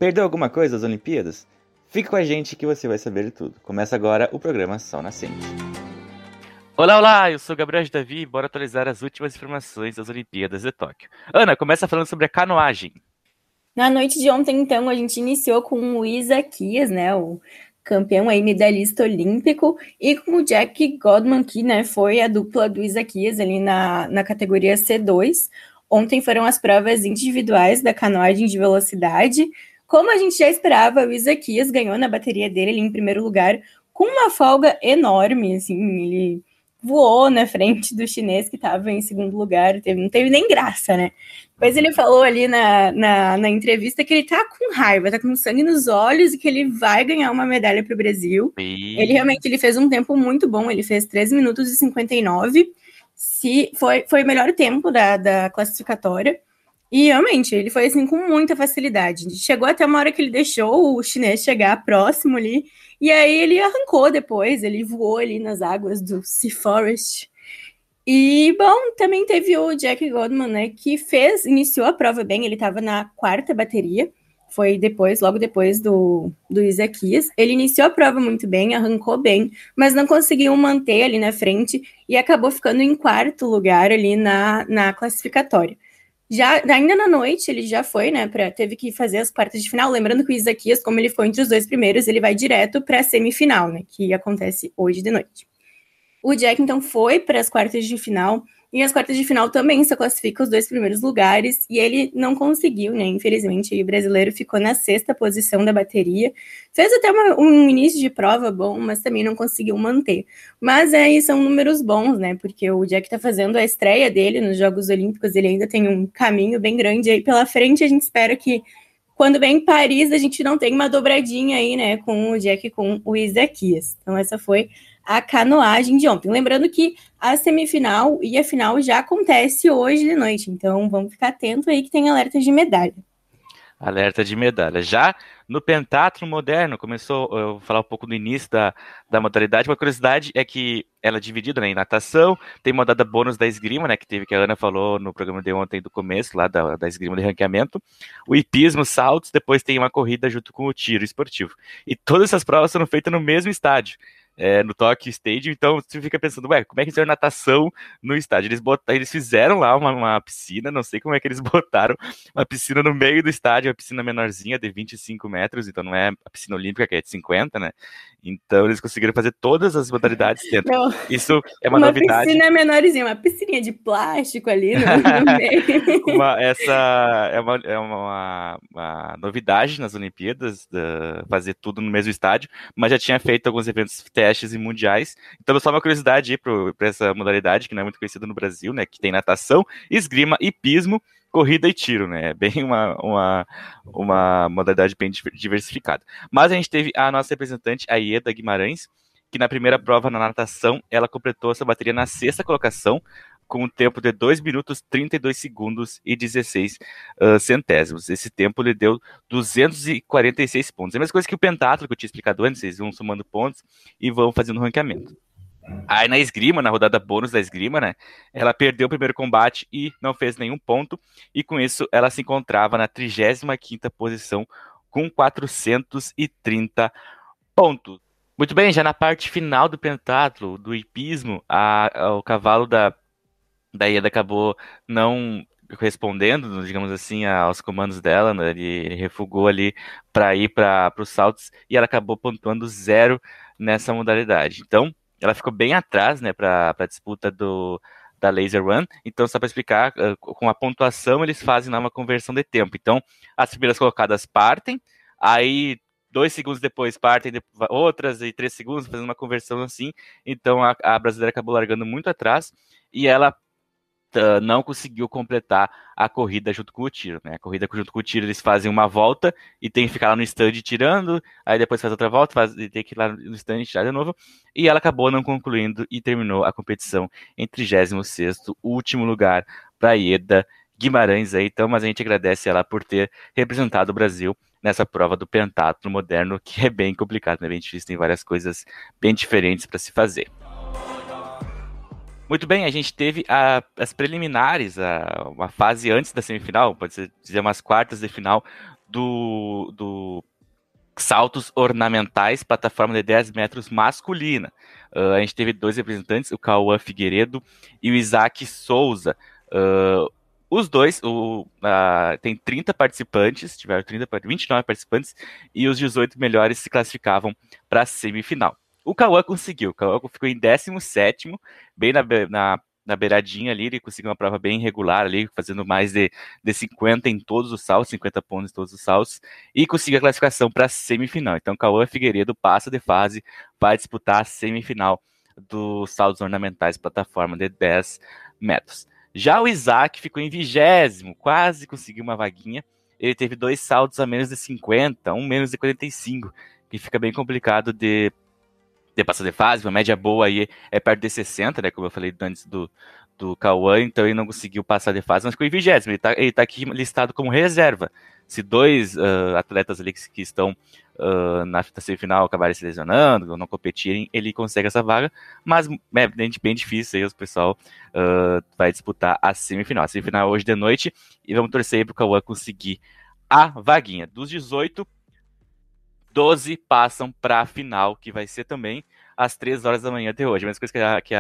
Perdeu alguma coisa das Olimpíadas? Fique com a gente que você vai saber de tudo. Começa agora o programa Sol Nascente. Olá, olá! Eu sou Gabriel de Davi e bora atualizar as últimas informações das Olimpíadas de Tóquio. Ana, começa falando sobre a canoagem. Na noite de ontem, então, a gente iniciou com o Isaquias, né, o campeão aí, medalhista olímpico, e com o Jack Godman, que, né, foi a dupla do Isaquias ali na categoria C2. Ontem foram as provas individuais da canoagem de velocidade. Como a gente já esperava, o Isaquias ganhou na bateria dele ali em primeiro lugar, com uma folga enorme, assim, ele voou na frente do chinês que estava em segundo lugar, não teve nem graça, né? Depois ele falou ali na entrevista que ele tá com raiva, tá com sangue nos olhos e que ele vai ganhar uma medalha para o Brasil. Ele realmente fez um tempo muito bom, ele fez 3 minutos e 59, foi o melhor tempo da classificatória. E realmente, ele foi assim com muita facilidade. Chegou até uma hora que ele deixou o chinês chegar próximo ali, e aí ele arrancou depois, ele voou ali nas águas do Sea Forest. E, bom, também teve o Jack Godman, né, que iniciou a prova bem, ele estava na quarta bateria, foi logo depois do Isaquias. Ele iniciou a prova muito bem, arrancou bem, mas não conseguiu manter ali na frente e acabou ficando em quarto lugar ali na classificatória. Ainda na noite, ele já foi, né, teve que fazer as quartas de final, lembrando que o Isaquias, como ele foi entre os 2 primeiros, ele vai direto para a semifinal, né, que acontece hoje de noite. O Jack, então, foi para as quartas de final, e as quartas de final também só classificam os 2 primeiros lugares, e ele não conseguiu, né, infelizmente, o brasileiro ficou na 6ª posição da bateria, fez até um início de prova bom, mas também não conseguiu manter. Mas aí são números bons, né, porque o Jack tá fazendo a estreia dele nos Jogos Olímpicos, ele ainda tem um caminho bem grande aí pela frente, a gente espera que quando vem em Paris, a gente não tenha uma dobradinha aí, né, com o Jack e com o Isaquias. Então essa foi a canoagem de ontem. Lembrando que a semifinal e a final já acontece hoje de noite, então vamos ficar atento aí que tem alerta de medalha. Alerta de medalha. Já no pentatlo moderno, eu vou falar um pouco do início da modalidade. Uma curiosidade é que ela é dividida, né, em natação, tem modalidade bônus da esgrima, né, que a Ana falou no programa de ontem do começo, lá da esgrima de ranqueamento, o hipismo, saltos, depois tem uma corrida junto com o tiro esportivo. E todas essas provas são feitas no mesmo estádio. No Tokyo Stadium, então você fica pensando, como é que fizeram natação no estádio? Eles fizeram lá uma piscina, não sei como é que eles botaram uma piscina no meio do estádio, uma piscina menorzinha de 25 metros, então não é a piscina olímpica que é de 50, né? Então eles conseguiram fazer todas as modalidades dentro. Isso é uma novidade. Uma piscina menorzinha, uma piscininha de plástico ali no meio. Essa é uma novidade nas Olimpíadas, fazer tudo no mesmo estádio, mas já tinha feito alguns eventos testes em mundiais. Então, só uma curiosidade aí para essa modalidade, que não é muito conhecida no Brasil, né? Que tem natação, esgrima, hipismo, corrida e tiro, né? É bem uma modalidade bem diversificada. Mas a gente teve a nossa representante, a Ieda Guimarães, que na primeira prova na natação, ela completou essa bateria na 6ª colocação, com um tempo de 2 minutos, 32 segundos e 16 centésimos. Esse tempo lhe deu 246 pontos. É a mesma coisa que o pentatlo, que eu tinha explicado antes, vocês vão somando pontos e vão fazendo ranqueamento. Aí na esgrima, na rodada bônus da esgrima, né, ela perdeu o primeiro combate e não fez nenhum ponto, e com isso ela se encontrava na 35ª posição com 430 pontos. Muito bem, já na parte final do pentatlo, do hipismo, o cavalo da Ieda acabou não respondendo, digamos assim, aos comandos dela, né? Ele refugou ali para ir para os saltos e ela acabou pontuando 0 nessa modalidade. Então, ela ficou bem atrás, né, para a disputa da Laser One. Então, só para explicar, com a pontuação eles fazem lá uma conversão de tempo. Então, as primeiras colocadas partem, aí 2 segundos depois partem outras e 3 segundos, fazendo uma conversão assim. Então, a brasileira acabou largando muito atrás e ela não conseguiu completar a corrida junto com o tiro, né? A corrida junto com o tiro, eles fazem uma volta e tem que ficar lá no stand tirando, aí depois faz outra volta, e tem que ir lá no stand tirar de novo, e ela acabou não concluindo e terminou a competição em 36º, último lugar para Ieda Guimarães aí. Então, mas a gente agradece ela por ter representado o Brasil nessa prova do pentatlo moderno, que é bem complicado, né? Bem difícil, tem várias coisas bem diferentes para se fazer. Muito bem, a gente teve as preliminares, uma fase antes da semifinal, pode dizer umas quartas de final do saltos ornamentais, plataforma de 10 metros masculina. A gente teve 2 representantes, o Cauã Figueiredo e o Isaac Souza. Os dois, tem 30 participantes, tiveram 29 participantes, e os 18 melhores se classificavam para a semifinal. O Cauã conseguiu, o Cauã ficou em 17º, bem na beiradinha ali, ele conseguiu uma prova bem regular ali, fazendo mais de 50 em todos os saltos, 50 pontos em todos os saltos, e conseguiu a classificação para a semifinal. Então, Cauã Figueiredo passa de fase, vai disputar a semifinal dos saltos ornamentais, plataforma de 10 metros. Já o Isaac ficou em 20º, quase conseguiu uma vaguinha. Ele teve 2 saltos a menos de 50, um menos de 45, que fica bem complicado de passar de fase. Uma média boa aí é perto de 60, né? Como eu falei antes do Cauã, então ele não conseguiu passar de fase, mas ficou em 20º. Ele tá aqui listado como reserva. Se 2 atletas ali que estão na semifinal acabarem se lesionando ou não competirem, ele consegue essa vaga, mas é bem difícil aí, o pessoal vai disputar a semifinal. A semifinal é hoje de noite e vamos torcer aí pro Cauã conseguir a vaguinha. Dos 18, 12 passam para a final, que vai ser também às 3 horas da manhã de hoje. A mesma coisa que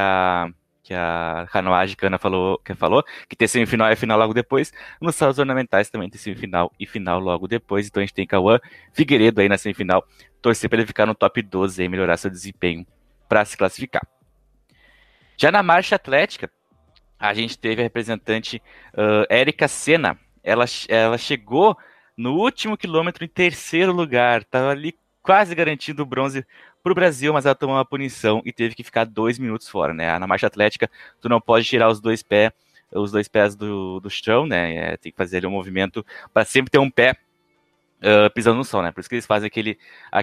a Canoagem Cana falou, que tem semifinal e final logo depois. Nos saltos ornamentais também tem semifinal e final logo depois. Então a gente tem Cauã Figueiredo aí na semifinal. Torcer para ele ficar no top 12 e melhorar seu desempenho para se classificar. Já na marcha atlética, a gente teve a representante Érica Senna. Ela chegou no último quilômetro em 3º lugar. Estava ali quase garantindo o bronze para o Brasil, mas ela tomou uma punição e teve que ficar 2 minutos fora, né? Na marcha atlética, tu não pode tirar os dois pés do chão, né? Tem que fazer ali um movimento para sempre ter um pé pisando no sol, né? Por isso que eles fazem aquele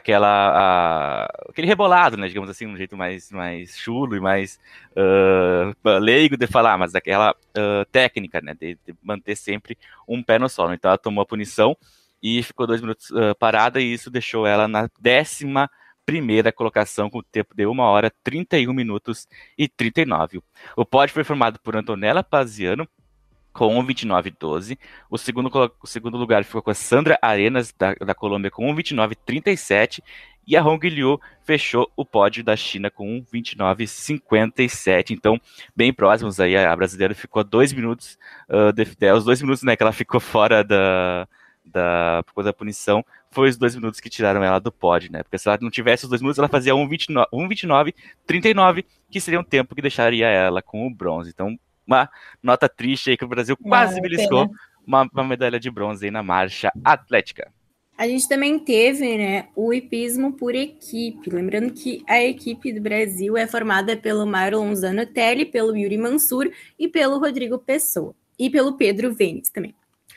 rebolado, né? Digamos assim, um jeito mais chulo e mais leigo de falar, mas aquela técnica, né? De manter sempre um pé no solo. Então ela tomou a punição e ficou 2 minutos parada, e isso deixou ela na 11ª colocação com o tempo de 1 hora, 31 minutos e 39. O pódio foi formado por Antonella Paziano, com 1:29:12. O segundo lugar ficou com a Sandra Arenas, da Colômbia, com 1:29:37. E a Hong Liu fechou o pódio da China com 1:29:57. Então, bem próximos aí. A brasileira ficou a 2 minutos, os 2 minutos, né, que ela ficou fora por causa da punição, foi os 2 minutos que tiraram ela do pódio, né? Porque se ela não tivesse os 2 minutos, ela fazia 1:29:39, que seria um tempo que deixaria ela com o bronze. Então, uma nota triste aí que o Brasil quase beliscou uma medalha de bronze aí na marcha atlética. A gente também teve, né, o hipismo por equipe. Lembrando que a equipe do Brasil é formada pelo Marlon Zanotelli, pelo Yuri Mansur e pelo Rodrigo Pessoa. E pelo Pedro Venes também.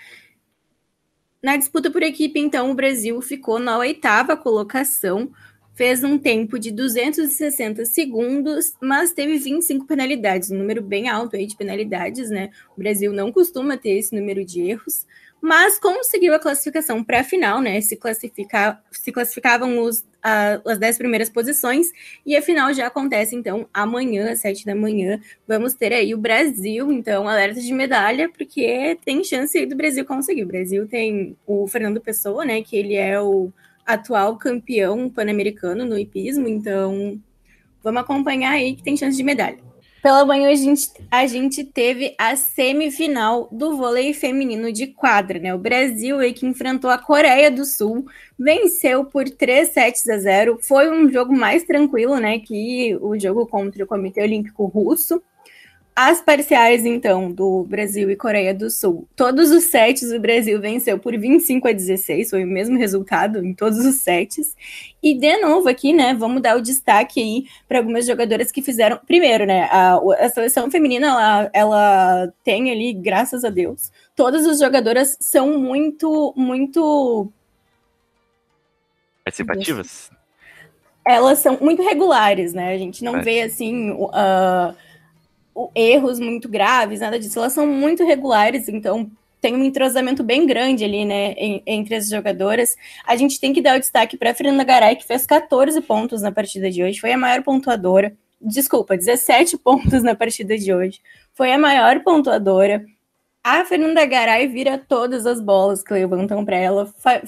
Na disputa por equipe, então, o Brasil ficou na 8ª colocação, fez um tempo de 260 segundos, mas teve 25 penalidades, um número bem alto aí de penalidades, né? O Brasil não costuma ter esse número de erros, mas conseguiu a classificação para a final, né? Se classificavam as 10 primeiras posições, e a final já acontece, então, amanhã, às 7 da manhã. Vamos ter aí o Brasil, então, alerta de medalha, porque tem chance aí do Brasil conseguir. O Brasil tem o Fernando Pessoa, né? Que ele é o atual campeão pan-americano no hipismo, então vamos acompanhar aí que tem chance de medalha. Pela manhã a gente teve a semifinal do vôlei feminino de quadra, né? O Brasil aí que enfrentou a Coreia do Sul, venceu por 3-0. Foi um jogo mais tranquilo, né, que o jogo contra o Comitê Olímpico Russo. As parciais, então, do Brasil e Coreia do Sul, todos os sets o Brasil venceu por 25-16, foi o mesmo resultado em todos os sets. E, de novo, aqui, né, vamos dar o destaque aí para algumas jogadoras que fizeram... Primeiro, né, a seleção feminina, ela tem ali, graças a Deus, todas as jogadoras são muito... participativas? Elas são muito regulares, né, a gente não vê, assim... erros muito graves, nada disso, elas são muito regulares, então tem um entrosamento bem grande ali, né, entre as jogadoras. A gente tem que dar o destaque para a Fernanda Garay, que fez 14 pontos na partida de hoje, foi a maior pontuadora, 17 pontos na partida de hoje, foi a maior pontuadora, A Fernanda Garay vira todas as bolas que levantam para ela,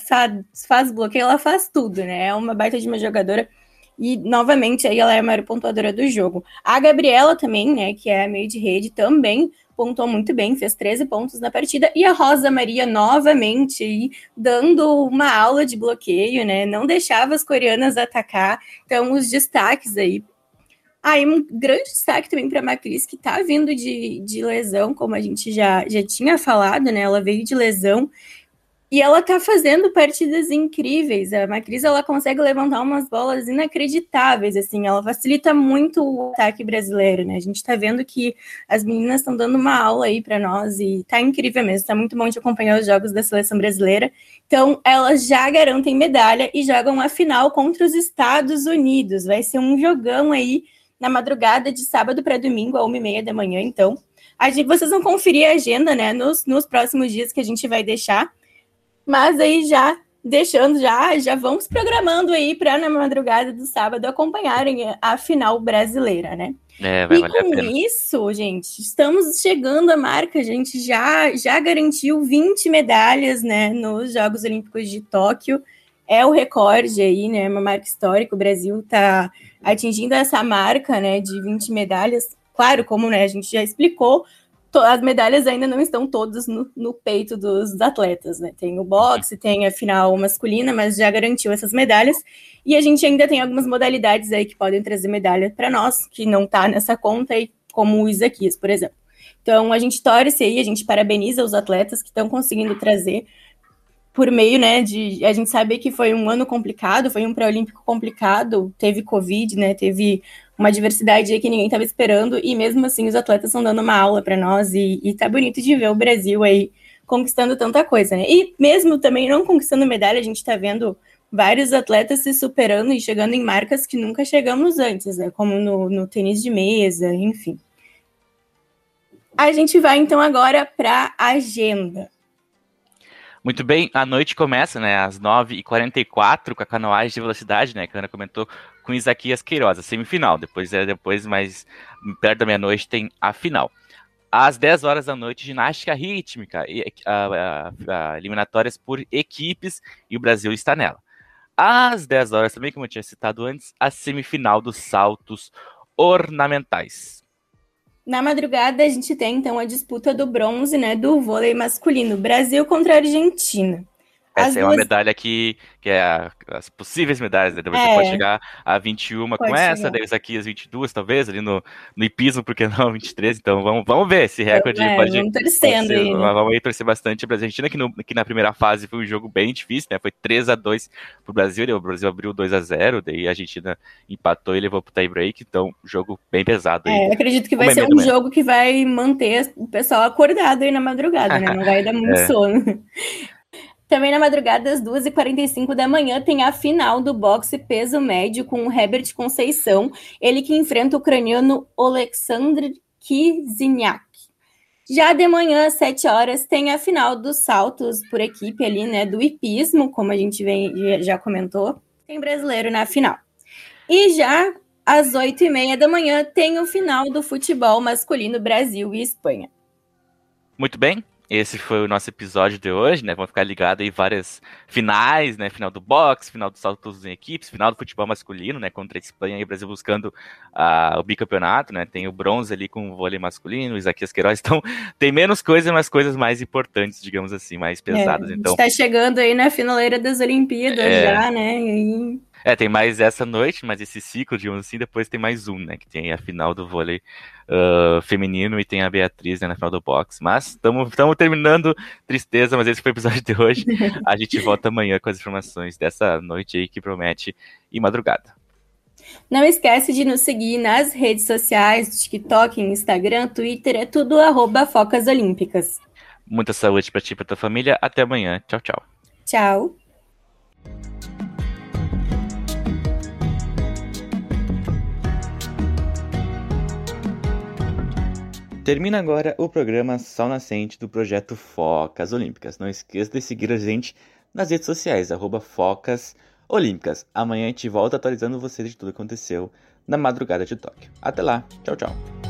faz bloqueio, ela faz tudo, né? É uma baita de uma jogadora. E, novamente, aí ela é a maior pontuadora do jogo. A Gabriela também, né, que é a meio de rede, também pontuou muito bem, fez 13 pontos na partida. E a Rosa Maria, novamente, aí, dando uma aula de bloqueio, né, não deixava as coreanas atacar. Então, os destaques aí. Aí, um grande destaque também para a Macris, que está vindo de lesão, como a gente já tinha falado, né, ela veio de lesão. E ela tá fazendo partidas incríveis. A Macris, ela consegue levantar umas bolas inacreditáveis, assim. Ela facilita muito o ataque brasileiro, né? A gente tá vendo que as meninas estão dando uma aula aí para nós e tá incrível mesmo. Tá muito bom de acompanhar os jogos da seleção brasileira. Então, elas já garantem medalha e jogam a final contra os Estados Unidos. Vai ser um jogão aí na madrugada de sábado para domingo, às 1h30 da manhã. Então, vocês vão conferir a agenda, né? Nos próximos dias que a gente vai deixar. Mas aí já deixando, já vamos programando aí para na madrugada do sábado acompanharem a final brasileira, né? Vai valer a pena. Com isso, gente, estamos chegando à marca, a gente já garantiu 20 medalhas, né, nos Jogos Olímpicos de Tóquio. É o recorde aí, né, uma marca histórica. O Brasil está atingindo essa marca, né, de 20 medalhas. Claro, como, né, a gente já explicou, as medalhas ainda não estão todas no peito dos atletas, né? Tem o boxe, tem a final masculina, mas já garantiu essas medalhas. E a gente ainda tem algumas modalidades aí que podem trazer medalha para nós, que não tá nessa conta, aí, como o Isaquias, por exemplo. Então, a gente torce aí, a gente parabeniza os atletas que estão conseguindo trazer por meio, né, a gente sabe que foi um ano complicado, foi um pré-olímpico complicado, teve Covid, né, teve uma diversidade aí que ninguém estava esperando, e mesmo assim os atletas estão dando uma aula para nós, e tá bonito de ver o Brasil aí conquistando tanta coisa, né, e mesmo também não conquistando medalha, a gente tá vendo vários atletas se superando e chegando em marcas que nunca chegamos antes, né, como no tênis de mesa, enfim. A gente vai então agora para a agenda. Muito bem, a noite começa, né, às 9h44 com a canoagem de velocidade, né, que a Ana comentou, com Isaquias Queiroz, a semifinal. Depois, mais perto da meia-noite, tem a final. Às 10 horas da noite, ginástica rítmica, eliminatórias por equipes, e o Brasil está nela. Às 10 horas também, como eu tinha citado antes, a semifinal dos saltos ornamentais. Na madrugada, a gente tem, então, a disputa do bronze, né, do vôlei masculino. Brasil contra a Argentina. Essa é uma medalha que é as possíveis medalhas, né? Você pode chegar a 21 com essa, daí aqui as 22, talvez, ali no hipismo, porque não 23, então vamos ver esse recorde. Vamos torcendo aí, né? Vamos aí torcer bastante para a Argentina, que na primeira fase foi um jogo bem difícil, né? Foi 3-2 pro Brasil, o Brasil abriu 2-0, daí a Argentina empatou e levou pro tie break, então jogo bem pesado aí. Acredito que vai ser um jogo que vai manter o pessoal acordado aí na madrugada, né? Não vai dar muito sono. Também na madrugada, às 2h45 da manhã, tem a final do boxe peso médio com o Herbert Conceição, ele que enfrenta o ucraniano Oleksandr Kiziniak. Já de manhã, às 7 horas, tem a final dos saltos por equipe ali, né, do hipismo, como a gente já comentou, tem brasileiro na final. E já às 8h30 da manhã, tem o final do futebol masculino Brasil e Espanha. Muito bem. Esse foi o nosso episódio de hoje, né? Vamos ficar ligados aí várias finais, né? Final do boxe, final dos saltos em equipes, final do futebol masculino, né? Contra a Espanha e o Brasil buscando o bicampeonato, né? Tem o bronze ali com o vôlei masculino, o Isaquias Queiroz. Então, tem menos coisa, mas coisas mais importantes, digamos assim, mais pesadas. Então, a gente tá chegando aí na finaleira das Olimpíadas já, né? Tem mais essa noite, mais esse ciclo, digamos assim, depois tem mais um, né? Que tem a final do vôlei feminino e tem a Beatriz, né, na final do boxe. Mas estamos terminando, tristeza, mas esse foi o episódio de hoje. A gente volta amanhã com as informações dessa noite aí que promete ir madrugada. Não esquece de nos seguir nas redes sociais, TikTok, Instagram, Twitter, é tudo @focasolímpicas. Muita saúde pra ti e pra tua família. Até amanhã. Tchau, tchau. Tchau. Termina agora o programa Sol Nascente do projeto Focas Olímpicas. Não esqueça de seguir a gente nas redes sociais, @Focas Olímpicas. Amanhã a gente volta atualizando vocês de tudo que aconteceu na madrugada de Tóquio. Até lá, tchau, tchau.